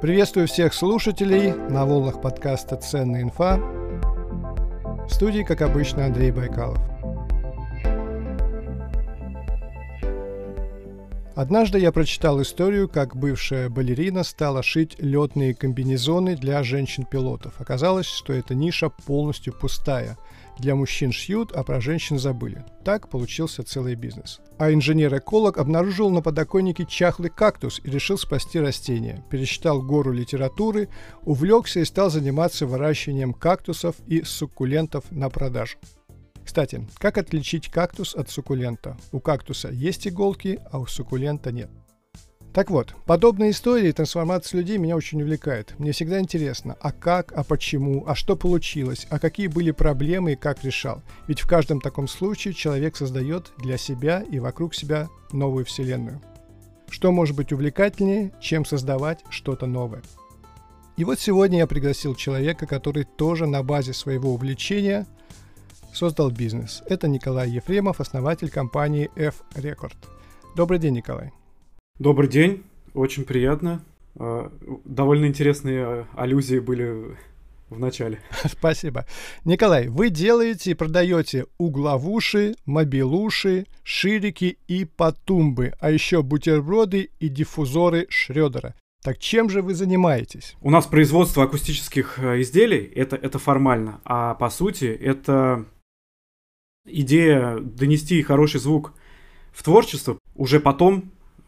Приветствую всех слушателей на волнах подкаста «Ценная инфа». В студии, как обычно, Андрей Байкалов. Однажды я прочитал историю, как бывшая балерина стала шить летные комбинезоны для женщин-пилотов. Оказалось, что эта ниша полностью пустая. Для мужчин шьют, а про женщин забыли. Так получился целый бизнес. А инженер-эколог обнаружил на подоконнике чахлый кактус и решил спасти растение. Пересчитал гору литературы, увлекся и стал заниматься выращиванием кактусов и суккулентов на продажу. Кстати, как отличить кактус от суккулента? У кактуса есть иголки, а у суккулента нет. Так вот, подобные истории и трансформации людей меня очень увлекают. Мне всегда интересно, а как, а почему, а что получилось, а какие были проблемы и как решал. Ведь в каждом таком случае человек создает для себя и вокруг себя новую вселенную. Что может быть увлекательнее, чем создавать что-то новое? И вот сегодня я пригласил человека, который тоже на базе своего увлечения создал бизнес. Это Николай Ефремов, основатель компании F-Record. Добрый день, Николай. Добрый день, очень приятно. Довольно интересные аллюзии были в начале. Спасибо. Николай, вы делаете и продаете угловуши, мобилуши, ширики и потумбы, а еще бутерброды и диффузоры Шрёдера. Так чем же вы занимаетесь? У нас производство акустических изделий, это формально, а по сути это идея донести хороший звук в творчество, уже потом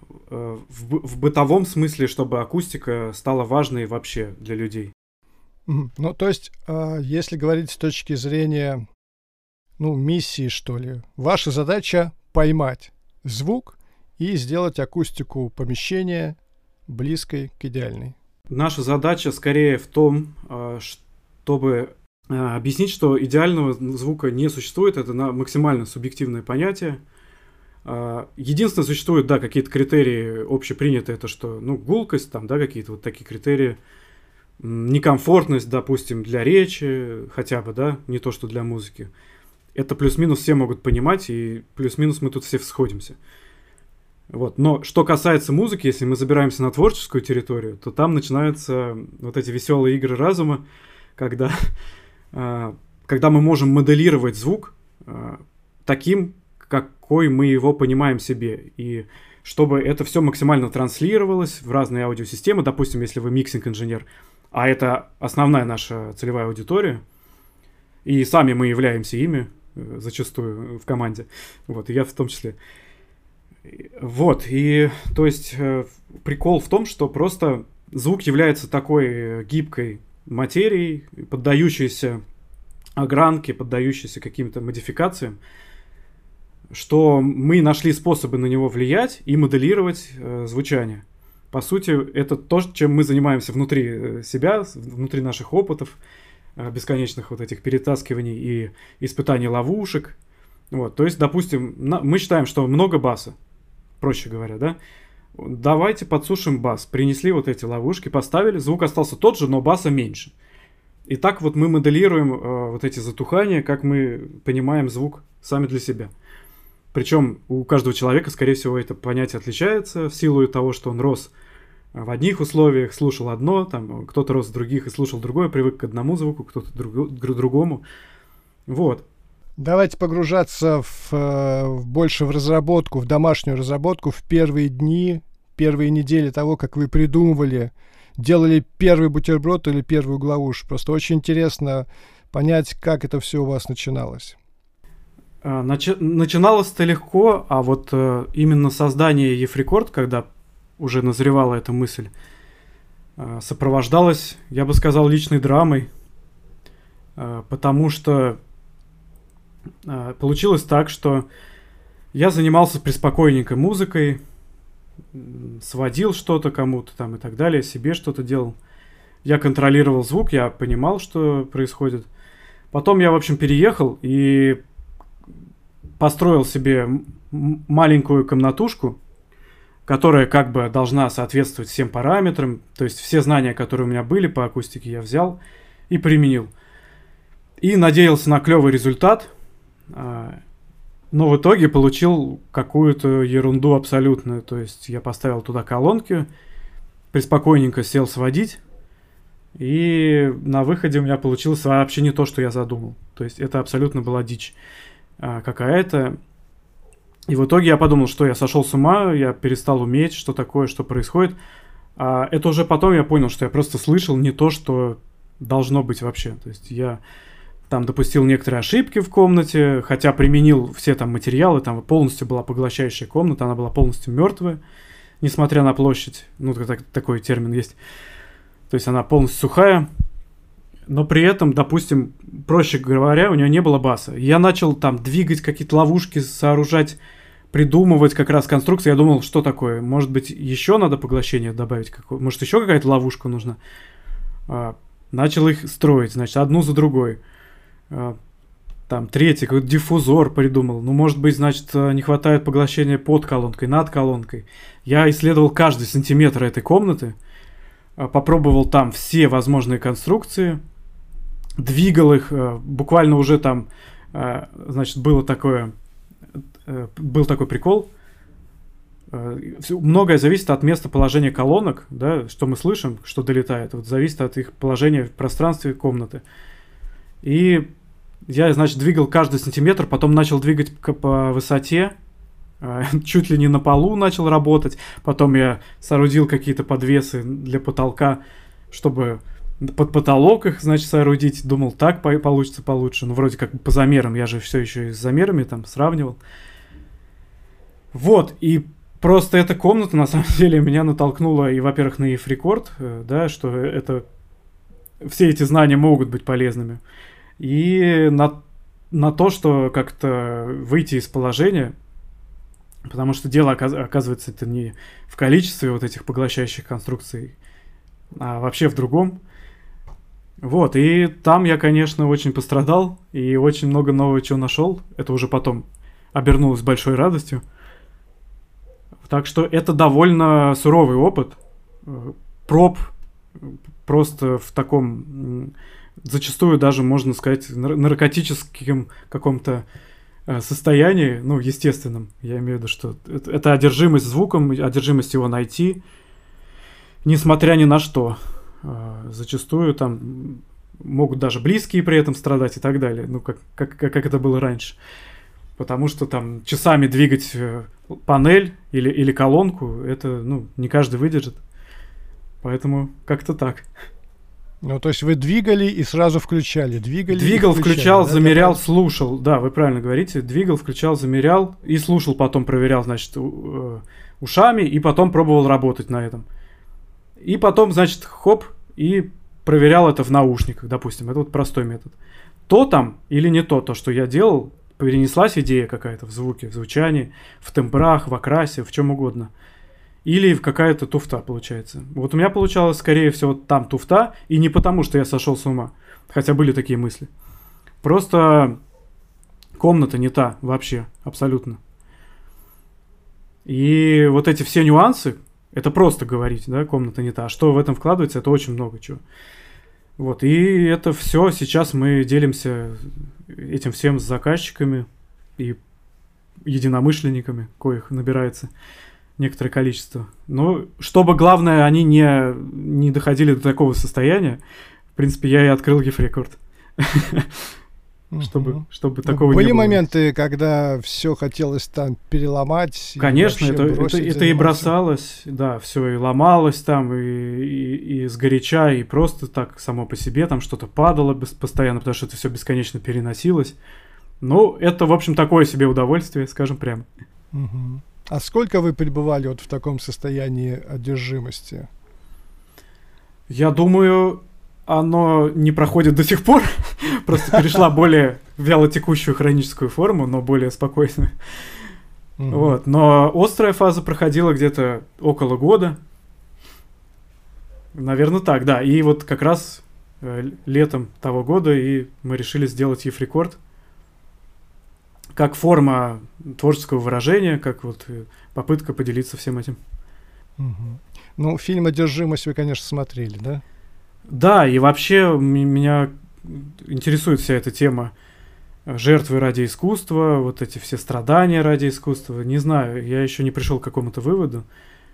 в бытовом смысле, чтобы акустика стала важной вообще для людей. Ну, то есть, если говорить с точки зрения, миссии, что ли, ваша задача поймать звук и сделать акустику помещения близкой к идеальной. Наша задача скорее в том, чтобы объяснить, что идеального звука не существует, это максимально субъективное понятие. Единственное, существуют, какие-то критерии общепринятые, это что, гулкость, какие-то вот такие критерии, некомфортность, допустим, для речи, хотя бы, не то, что для музыки. Это плюс-минус все могут понимать, и плюс-минус мы тут все сходимся. Вот. Но что касается музыки, если мы забираемся на творческую территорию, то там начинаются вот эти веселые игры разума, когда мы можем моделировать звук таким, какой мы его понимаем себе. И чтобы это все максимально транслировалось в разные аудиосистемы, допустим, если вы миксинг-инженер, а это основная наша целевая аудитория, и сами мы являемся ими зачастую в команде, вот, и я в том числе. Вот, и то есть прикол в том, что просто звук является такой гибкой материей, поддающейся огранке, поддающейся каким-то модификациям, что мы нашли способы на него влиять и моделировать звучание. По сути, это то, чем мы занимаемся внутри себя, внутри наших опытов, бесконечных вот этих перетаскиваний и испытаний ловушек. Вот, то есть, допустим, мы считаем, что много баса, проще говоря, да? Давайте подсушим бас. Принесли вот эти ловушки, поставили, звук остался тот же, но баса меньше. И так вот мы моделируем вот эти затухания, как мы понимаем звук сами для себя. Причем у каждого человека, скорее всего, это понятие отличается в силу того, что он рос в одних условиях, слушал одно, кто-то рос в других и слушал другое, привык к одному звуку, кто-то к другому. Вот. Давайте погружаться больше в разработку, в домашнюю разработку в первые дни, первые недели того, как вы придумывали, делали первый бутерброд или первую угловушь. Просто очень интересно понять, как это все у вас начиналось. Начиналось-то легко, а вот именно создание F-Record, когда уже назревала эта мысль, сопровождалось, я бы сказал, личной драмой, потому что получилось так, что я занимался преспокойненько музыкой, сводил что-то кому-то и так далее, себе что-то делал. Я контролировал звук, я понимал, что происходит. Потом я, в общем, переехал и построил себе маленькую комнатушку, которая как бы должна соответствовать всем параметрам. То есть все знания, которые у меня были по акустике, я взял и применил. И надеялся на клевый результат. Но в итоге получил какую-то ерунду абсолютную. То есть я поставил туда колонки, преспокойненько сел сводить. И на выходе у меня получилось вообще не то, что я задумал. То есть это абсолютно была дичь какая-то. И в итоге я подумал, что я сошел с ума, я перестал уметь, что такое, что происходит. А это уже потом я понял, что я просто слышал не то, что должно быть вообще. То есть я там допустил некоторые ошибки в комнате, хотя применил все там материалы, там полностью была поглощающая комната, она была полностью мертвая, несмотря на площадь. Ну, такой термин есть. То есть она полностью сухая. Но при этом, допустим, проще говоря, у нее не было баса. Я начал там двигать какие-то ловушки, сооружать, придумывать как раз конструкции. Я думал, что такое? Может быть, еще надо поглощение добавить? Может, еще какая-то ловушка нужна? Начал их строить, значит, одну за другой. Там третий, какой-то диффузор придумал. Ну, может быть, значит, не хватает поглощения под колонкой, над колонкой. Я исследовал каждый сантиметр этой комнаты. Попробовал там все возможные конструкции. Двигал их, буквально уже там, значит, был такой прикол. Многое зависит от местоположения колонок, да, что мы слышим, что долетает. Вот зависит от их положения в пространстве комнаты. И я, значит, двигал каждый сантиметр, потом начал двигать по высоте, чуть ли не на полу начал работать. Потом я соорудил какие-то подвесы для потолка, чтобы под потолок их, значит, соорудить. Думал, так получится получше. Ну, вроде как по замерам. Я же все еще и с замерами там сравнивал. Вот, и просто эта комната, на самом деле, меня натолкнула и, во-первых, на EF-рекорд, да, что все эти знания могут быть полезными. И на то, что как-то выйти из положения, потому что дело, оказывается, это не в количестве вот этих поглощающих конструкций, а вообще в другом. Вот, и там я, конечно, очень пострадал и очень много нового чего нашел. Это уже потом обернулось большой радостью. Так что это довольно суровый опыт. Проб просто в таком, зачастую даже, можно сказать, наркотическом каком-то состоянии, ну, естественном. Я имею в виду, что это одержимость звуком, одержимость его найти, несмотря ни на что. Зачастую там могут даже близкие при этом страдать и так далее. Ну, как это было раньше. Потому что там часами двигать панель или колонку, это, ну, не каждый выдержит. Поэтому как-то так. Ну, то есть вы двигали и сразу включали. Двигал, включал, да, замерял, слушал. Да, вы правильно говорите. Двигал, включал, замерял и слушал, потом проверял, значит, ушами, и потом пробовал работать на этом. И потом, значит, хоп, и проверял это в наушниках, допустим. Это вот простой метод. То там или не то, что я делал, перенеслась идея какая-то в звуке, в звучании, в тембрах, в окрасе, в чем угодно. Или в какая-то туфта получается. Вот у меня получалось, скорее всего, там туфта, и не потому, что я сошел с ума. Хотя были такие мысли. Просто комната не та вообще, абсолютно. И вот эти все нюансы, это просто говорить, да, комната не та. А что в этом вкладывается, это очень много чего. Вот, и это все сейчас мы делимся этим всем с заказчиками и единомышленниками, коих набирается некоторое количество. Но чтобы, главное, они не доходили до такого состояния, в принципе, я и открыл EF-рекорд. Чтобы такого не было. Были моменты, когда все хотелось там переломать? Конечно, это и бросалось, да, все и ломалось там, и сгоряча, и просто так само по себе, там что-то падало постоянно, потому что это все бесконечно переносилось. Ну, это, в общем, такое себе удовольствие, скажем прямо. Угу. А сколько вы пребывали вот в таком состоянии одержимости? Я думаю, оно не проходит до сих пор. Просто перешла более вялотекущую хроническую форму, но более спокойную. Вот. Но острая фаза проходила где-то около года. Наверное, так, да. И вот как раз летом того года и мы решили сделать EF-рекорд. Как форма творческого выражения, как вот попытка поделиться всем этим. Ну, фильм «Одержимость» вы, конечно, смотрели, да? Да, и вообще меня интересует вся эта тема жертвы ради искусства, вот эти все страдания ради искусства. Не знаю, я еще не пришел к какому-то выводу.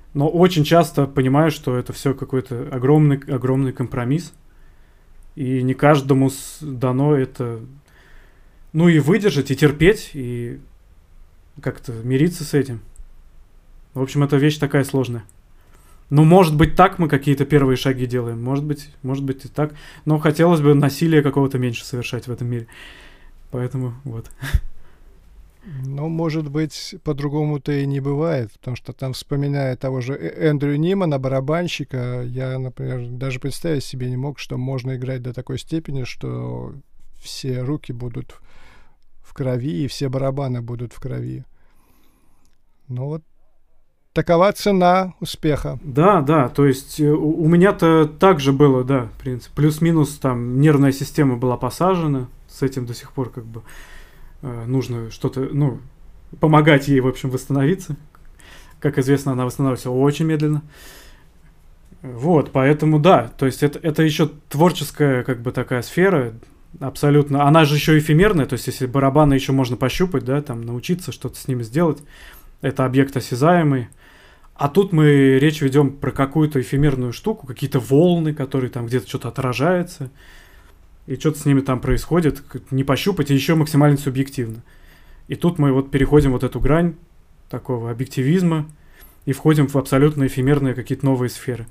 Но очень часто понимаю, что это все какой-то огромный компромисс. И не каждому дано это, ну, и выдержать, и терпеть, и как-то мириться с этим. В общем, это вещь такая сложная. Ну, может быть, так мы какие-то первые шаги делаем. Может быть и так. Но хотелось бы насилия какого-то меньше совершать в этом мире. Поэтому вот. Ну, может быть, по-другому-то и не бывает, потому что там, вспоминая того же Эндрю Нимана, барабанщика, я, например, даже представить себе не мог, что можно играть до такой степени, что все руки будут в крови и все барабаны будут в крови. Ну вот, такова цена успеха. Да, то есть у меня-то так же было, да, в принципе. Плюс-минус там нервная система была посажена, с этим до сих пор как бы нужно что-то, ну, помогать ей, в общем, восстановиться. Как известно, она восстанавливается очень медленно. Вот, поэтому да, то есть это еще творческая как бы такая сфера, абсолютно. Она же еще эфемерная, то есть если барабаны еще можно пощупать, да, там научиться что-то с ними сделать, это объект осязаемый. А тут мы речь ведем про какую-то эфемерную штуку, какие-то волны, которые там где-то что-то отражается, и что-то с ними там происходит, не пощупать, и еще максимально субъективно. И тут мы вот переходим вот эту грань такого объективизма и входим в абсолютно эфемерные какие-то новые сферы.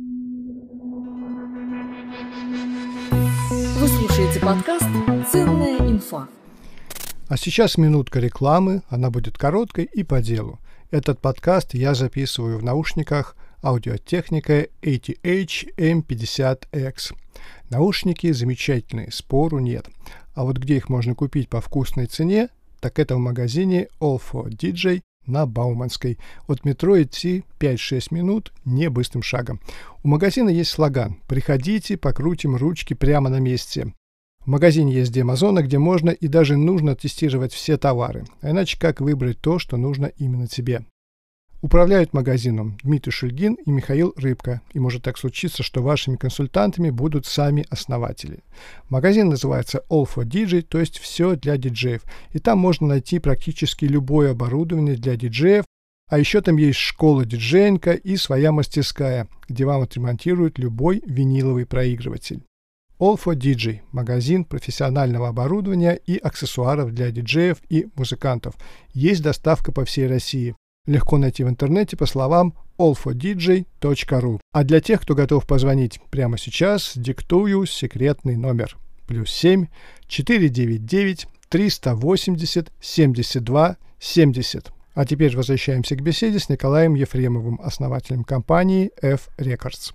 Вы слушаете подкаст «Ценная инфа». А сейчас минутка рекламы, она будет короткой и по делу. Этот подкаст я записываю в наушниках Audio-Technica ATH-M50X. Наушники замечательные, спору нет. А вот где их можно купить по вкусной цене, так это в магазине All for DJ на Бауманской. От метро идти 5-6 минут не быстрым шагом. У магазина есть слоган «Приходите, покрутим ручки прямо на месте». В магазине есть демо-зона, где можно и даже нужно тестировать все товары. А иначе как выбрать то, что нужно именно тебе? Управляют магазином Дмитрий Шульгин и Михаил Рыбка. И может так случиться, что вашими консультантами будут сами основатели. Магазин называется All for DJ, то есть все для диджеев. И там можно найти практически любое оборудование для диджеев. А еще там есть школа диджеинга и своя мастерская, где вам отремонтируют любой виниловый проигрыватель. All for DJ – магазин профессионального оборудования и аксессуаров для диджеев и музыкантов. Есть доставка по всей России. Легко найти в интернете по словам allfordj.ru. А для тех, кто готов позвонить прямо сейчас, диктую секретный номер. +7 499 380 72 70. А теперь возвращаемся к беседе с Николаем Ефремовым, основателем компании F-Records.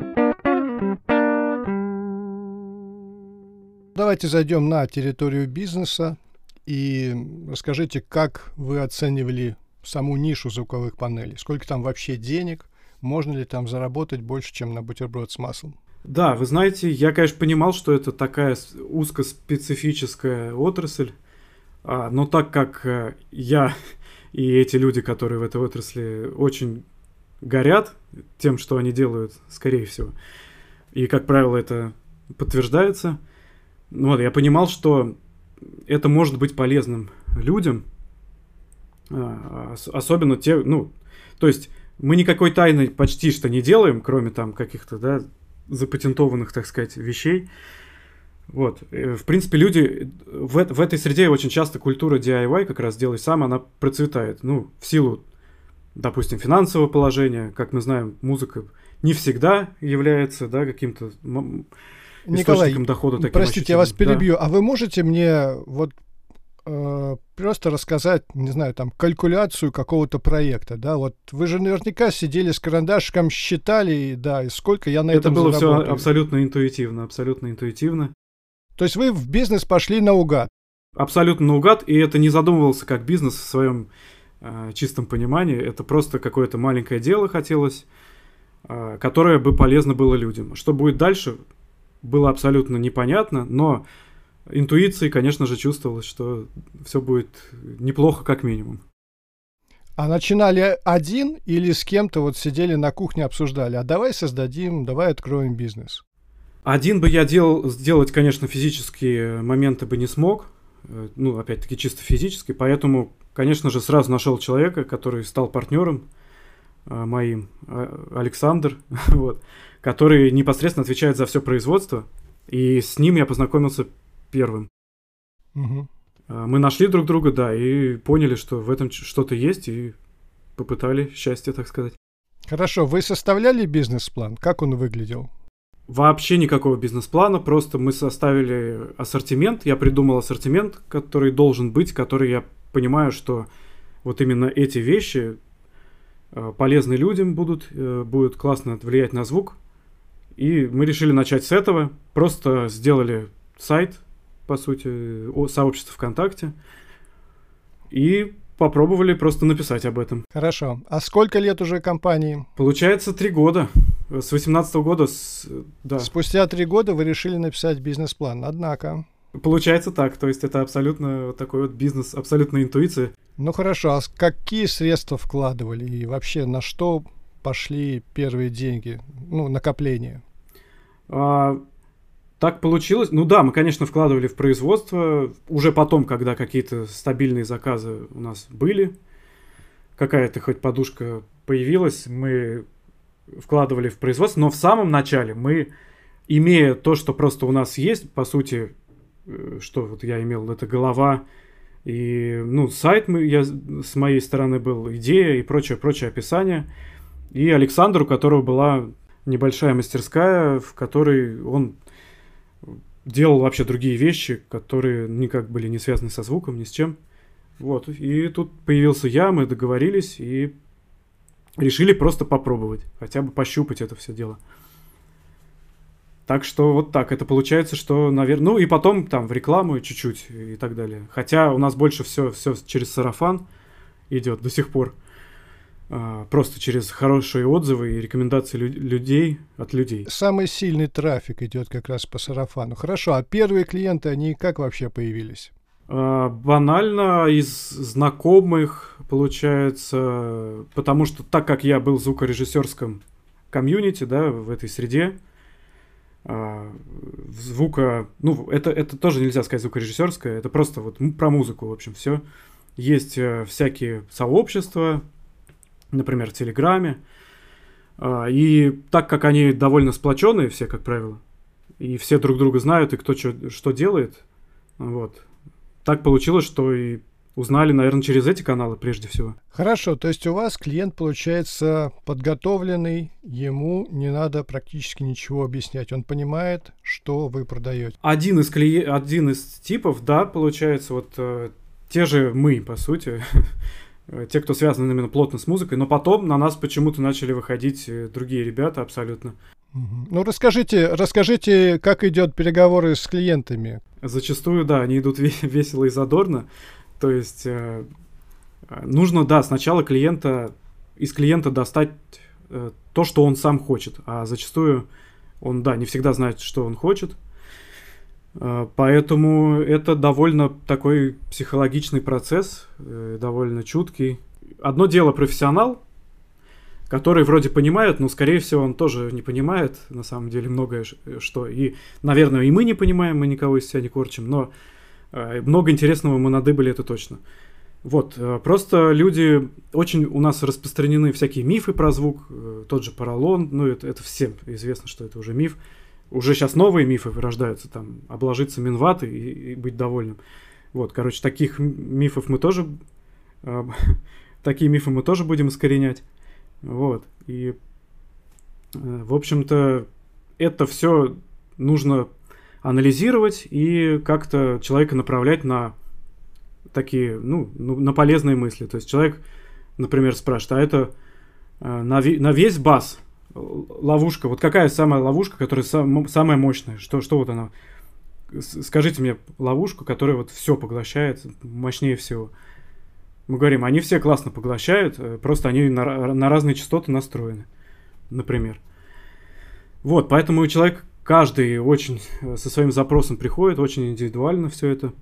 Давайте зайдем на территорию бизнеса и расскажите, как вы оценивали саму нишу звуковых панелей. Сколько там вообще денег? Можно ли там заработать больше, чем на бутерброд с маслом? Да, вы знаете, я, конечно, понимал, что это такая узкоспецифическая отрасль, но так как я и эти люди, которые в этой отрасли очень горят тем, что они делают, скорее всего, и, как правило, это подтверждается, вот, я понимал, что это может быть полезным людям, особенно те, ну, то есть мы никакой тайны почти что не делаем, кроме там каких-то, да, запатентованных, так сказать, вещей. Вот, в принципе, люди в этой среде очень часто культура DIY, как раз делай сам, она процветает, ну, в силу, допустим, финансового положения, как мы знаем, музыка не всегда является, да, каким-то источником дохода таким. Простите, я вас перебью, да. А вы можете мне вот просто рассказать, не знаю, там, калькуляцию какого-то проекта, да, вот вы же наверняка сидели с карандашиком, считали, да, и сколько я на этом заработаю. Это было все абсолютно интуитивно. То есть вы в бизнес пошли наугад? Абсолютно наугад, и это не задумывался как бизнес в своем чистом понимании, это просто какое-то маленькое дело хотелось, которое бы полезно было людям. Что будет дальше, было абсолютно непонятно, но интуицией, конечно же, чувствовалось, что все будет неплохо, как минимум. А начинали один или с кем-то вот сидели на кухне, обсуждали, а давай создадим, давай откроем бизнес? Один бы я сделать, конечно, физические моменты бы не смог, ну, опять-таки, чисто физически, поэтому, конечно же, сразу нашел человека, который стал партнером, моим, Александр, вот, который непосредственно отвечает за все производство, и с ним я познакомился первым. Мгм. Мы нашли друг друга, да, и поняли, что в этом что-то есть, и попытали счастье, так сказать. Хорошо, вы составляли бизнес-план? Как он выглядел? Вообще никакого бизнес-плана, просто мы составили ассортимент, я придумал ассортимент, который должен быть, который я понимаю, что вот именно эти вещи полезны людям будут классно влиять на звук. И мы решили начать с этого, просто сделали сайт, по сути, сообщество ВКонтакте, и попробовали просто написать об этом. Хорошо. А сколько лет уже компании? Получается 3 года. С 18 года, да. Спустя 3 года вы решили написать бизнес-план. Однако. Получается так, то есть это абсолютно вот такой вот бизнес, абсолютная интуиция. Ну хорошо, а какие средства вкладывали и вообще на что пошли первые деньги, ну, накопления? Так получилось. Ну да, мы, конечно, вкладывали в производство. Уже потом, когда какие-то стабильные заказы у нас были, какая-то хоть подушка появилась, мы вкладывали в производство. Но в самом начале мы, имея то, что просто у нас есть, по сути, что вот я имел, это голова и, ну, сайт с моей стороны был, идея и прочее описание. И Александр, у которого была небольшая мастерская, в которой он делал вообще другие вещи, которые никак были не связаны со звуком, ни с чем. Вот. И тут появился я, мы договорились и решили просто попробовать, хотя бы пощупать это все дело. Так что вот так. Это получается, что, наверное... Ну и потом там в рекламу чуть-чуть и так далее. Хотя у нас больше все через сарафан идет до сих пор. Просто через хорошие отзывы и рекомендации людей от людей. Самый сильный трафик идет как раз по сарафану. Хорошо, а первые клиенты, они как вообще появились? Банально из знакомых, получается, потому что так как я был в звукорежиссерском комьюнити, да, в этой среде, звука, ну, это тоже нельзя сказать звукорежиссерское, это просто вот про музыку, в общем, все. Есть всякие сообщества, например, в Телеграме, и так как они довольно сплоченные все, как правило, и все друг друга знают, и кто что делает, вот, так получилось, что и узнали, наверное, через эти каналы прежде всего. Хорошо, то есть у вас клиент получается подготовленный, ему не надо практически ничего объяснять, он понимает, что вы продаете. Один из типов, да, получается, вот те же мы, по сути, те, кто связан именно плотно с музыкой, но потом на нас почему-то начали выходить другие ребята абсолютно. Ну, расскажите, как идет переговоры с клиентами. Зачастую, да, они идут весело и задорно. То есть нужно, да, сначала из клиента достать то, что он сам хочет. А зачастую он, да, не всегда знает, что он хочет. Поэтому это довольно такой психологичный процесс, довольно чуткий. Одно дело профессионал, который вроде понимает, но, скорее всего, он тоже не понимает, на самом деле, многое что. И, наверное, и мы не понимаем, мы никого из себя не корчим, но много интересного мы надыбали, это точно. Вот, просто люди, очень у нас распространены всякие мифы про звук, тот же поролон, ну, это всем известно, что это уже миф. Уже сейчас новые мифы рождаются, там, обложиться минватой и быть довольным. Вот, короче, такие мифы мы тоже будем искоренять. Вот, и, в общем-то, это все нужно анализировать и как-то человека направлять на такие, ну, на полезные мысли. То есть человек, например, спрашивает, а это на весь бас ловушка, вот какая самая ловушка, которая самая мощная? Что вот она? Скажите мне ловушку, которая вот все поглощает мощнее всего. Мы говорим, они все классно поглощают, просто они на разные частоты настроены, например. Вот, поэтому человек каждый очень со своим запросом приходит, очень индивидуально все это.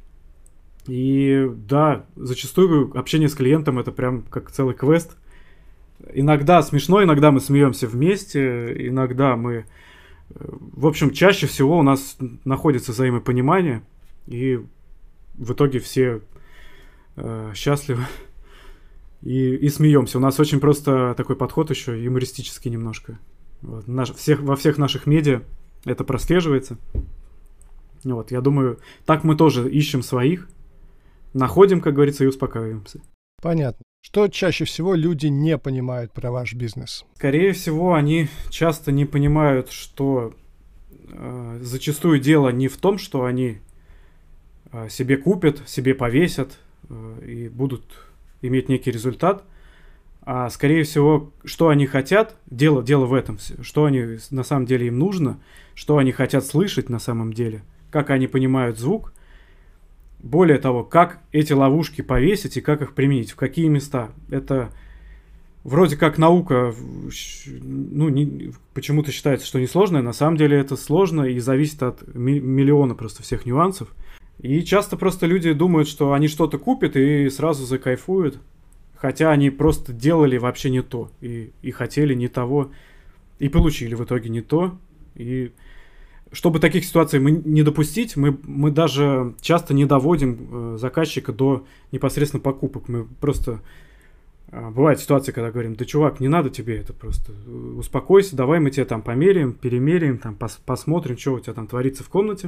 И да, зачастую общение с клиентом это прям как целый квест. Иногда смешно, иногда мы смеемся вместе, иногда мы... В общем, чаще всего у нас находится взаимопонимание, и в итоге все счастливы и смеемся. У нас очень просто такой подход еще юмористический немножко. Вот. Во всех наших медиа это прослеживается. Вот, я думаю, так мы тоже ищем своих, находим, как говорится, и успокаиваемся. Понятно. Что чаще всего люди не понимают про ваш бизнес? Скорее всего, они часто не понимают, что зачастую дело не в том, что они себе купят, себе повесят и будут иметь некий результат, а скорее всего, что они хотят, дело в этом, что они на самом деле им нужно, что они хотят слышать на самом деле, как они понимают звук, более того, как эти ловушки повесить и как их применить, в какие места. Это вроде как наука, почему-то считается, что несложная, на самом деле это сложно и зависит от миллиона просто всех нюансов. И часто просто люди думают, что они что-то купят и сразу закайфуют, хотя они просто делали вообще не то, и хотели не того, и получили в итоге не то. И чтобы таких ситуаций мы не допустить, мы даже часто не доводим заказчика до непосредственно покупок. Мы просто... Бывают ситуации, когда говорим: да, чувак, не надо тебе это, просто успокойся, давай мы тебе там померяем, перемеряем, там посмотрим, что у тебя там творится в комнате.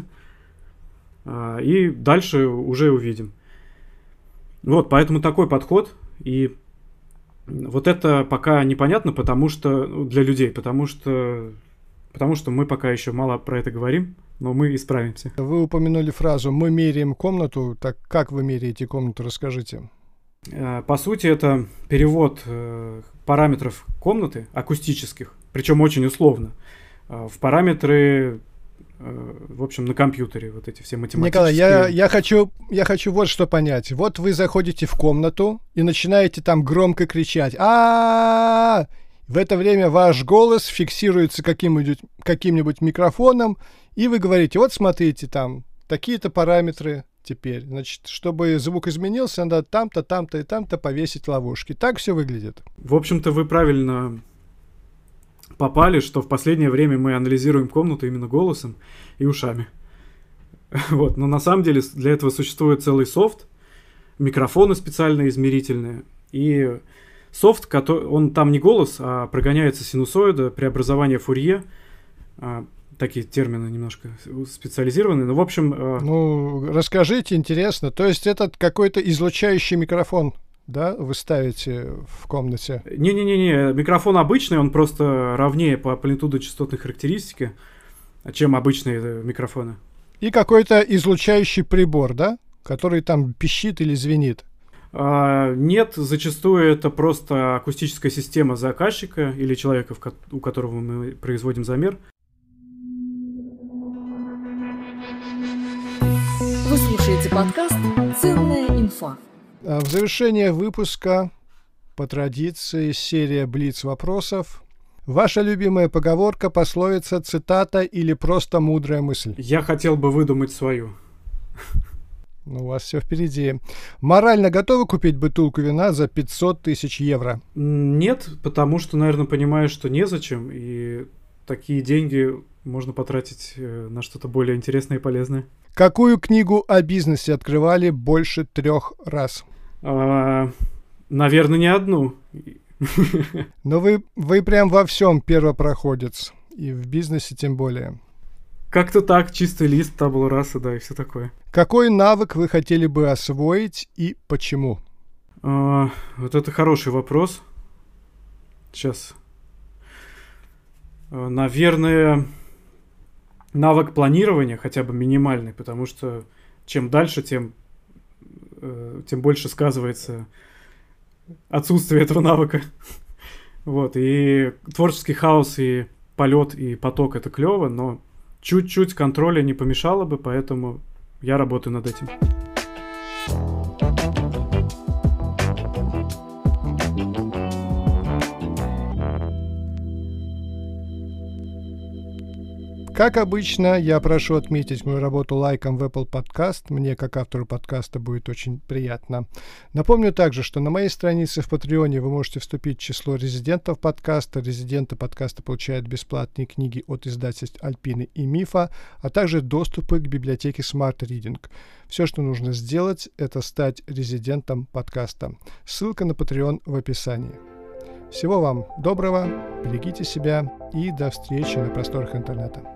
И дальше уже увидим. Вот, поэтому такой подход. И вот это пока непонятно, потому что для людей, потому что мы пока еще мало про это говорим, но мы исправимся. Вы упомянули фразу «мы меряем комнату». Так как вы меряете комнату, расскажите. По сути, это перевод параметров комнаты, акустических, причем очень условно, в параметры, в общем, на компьютере, вот эти все математические... Николай, я хочу вот что понять. Вот вы заходите в комнату и начинаете там громко кричать: «А-а-а!». В это время ваш голос фиксируется каким-нибудь микрофоном, и вы говорите: вот смотрите, там такие-то параметры теперь. Значит, чтобы звук изменился, надо там-то, там-то и там-то повесить ловушки. Так все выглядит. В общем-то, вы правильно попали, что в последнее время мы анализируем комнату именно голосом и ушами. Вот. Но на самом деле для этого существует целый софт, микрофоны специальные измерительные, и софт, он там не голос, а прогоняется синусоида, преобразование Фурье. Такие термины немножко специализированные. Но, в общем... расскажите, интересно. То есть этот какой-то излучающий микрофон, да, вы ставите в комнате? Не-не-не, микрофон обычный, он просто равнее по амплитудо-частотной характеристике, чем обычные микрофоны. И какой-то излучающий прибор, да, который там пищит или звенит? Нет, зачастую это просто акустическая система заказчика или человека, у которого мы производим замер. Вы слушаете подкаст «Ценная инфа». В завершение выпуска, по традиции, серия блиц-вопросов. Ваша любимая поговорка, пословица, цитата или просто мудрая мысль? Я хотел бы выдумать свою. У вас все впереди. Морально готовы купить бутылку вина за 500 тысяч евро? Нет, потому что, наверное, понимаю, что незачем, и такие деньги можно потратить на что-то более интересное и полезное. Какую книгу о бизнесе открывали больше 3 раз? Наверное, не одну. Но вы прям во всем первопроходец. И в бизнесе тем более. Как-то так, чистый лист, табула раса, да, и все такое. Какой навык вы хотели бы освоить и почему? Вот это хороший вопрос. Сейчас. Наверное, навык планирования, хотя бы минимальный, потому что чем дальше, тем больше сказывается отсутствие этого навыка. Вот, и творческий хаос, и полет, и поток — это клево, но чуть-чуть контроля не помешало бы, поэтому я работаю над этим. Как обычно, я прошу отметить мою работу лайком в Apple Podcast. Мне, как автору подкаста, будет очень приятно. Напомню также, что на моей странице в Патреоне вы можете вступить в число резидентов подкаста. Резиденты подкаста получают бесплатные книги от издательств Альпины и Мифа, а также доступы к библиотеке Smart Reading. Все, что нужно сделать, это стать резидентом подкаста. Ссылка на Patreon в описании. Всего вам доброго, берегите себя и до встречи на просторах интернета.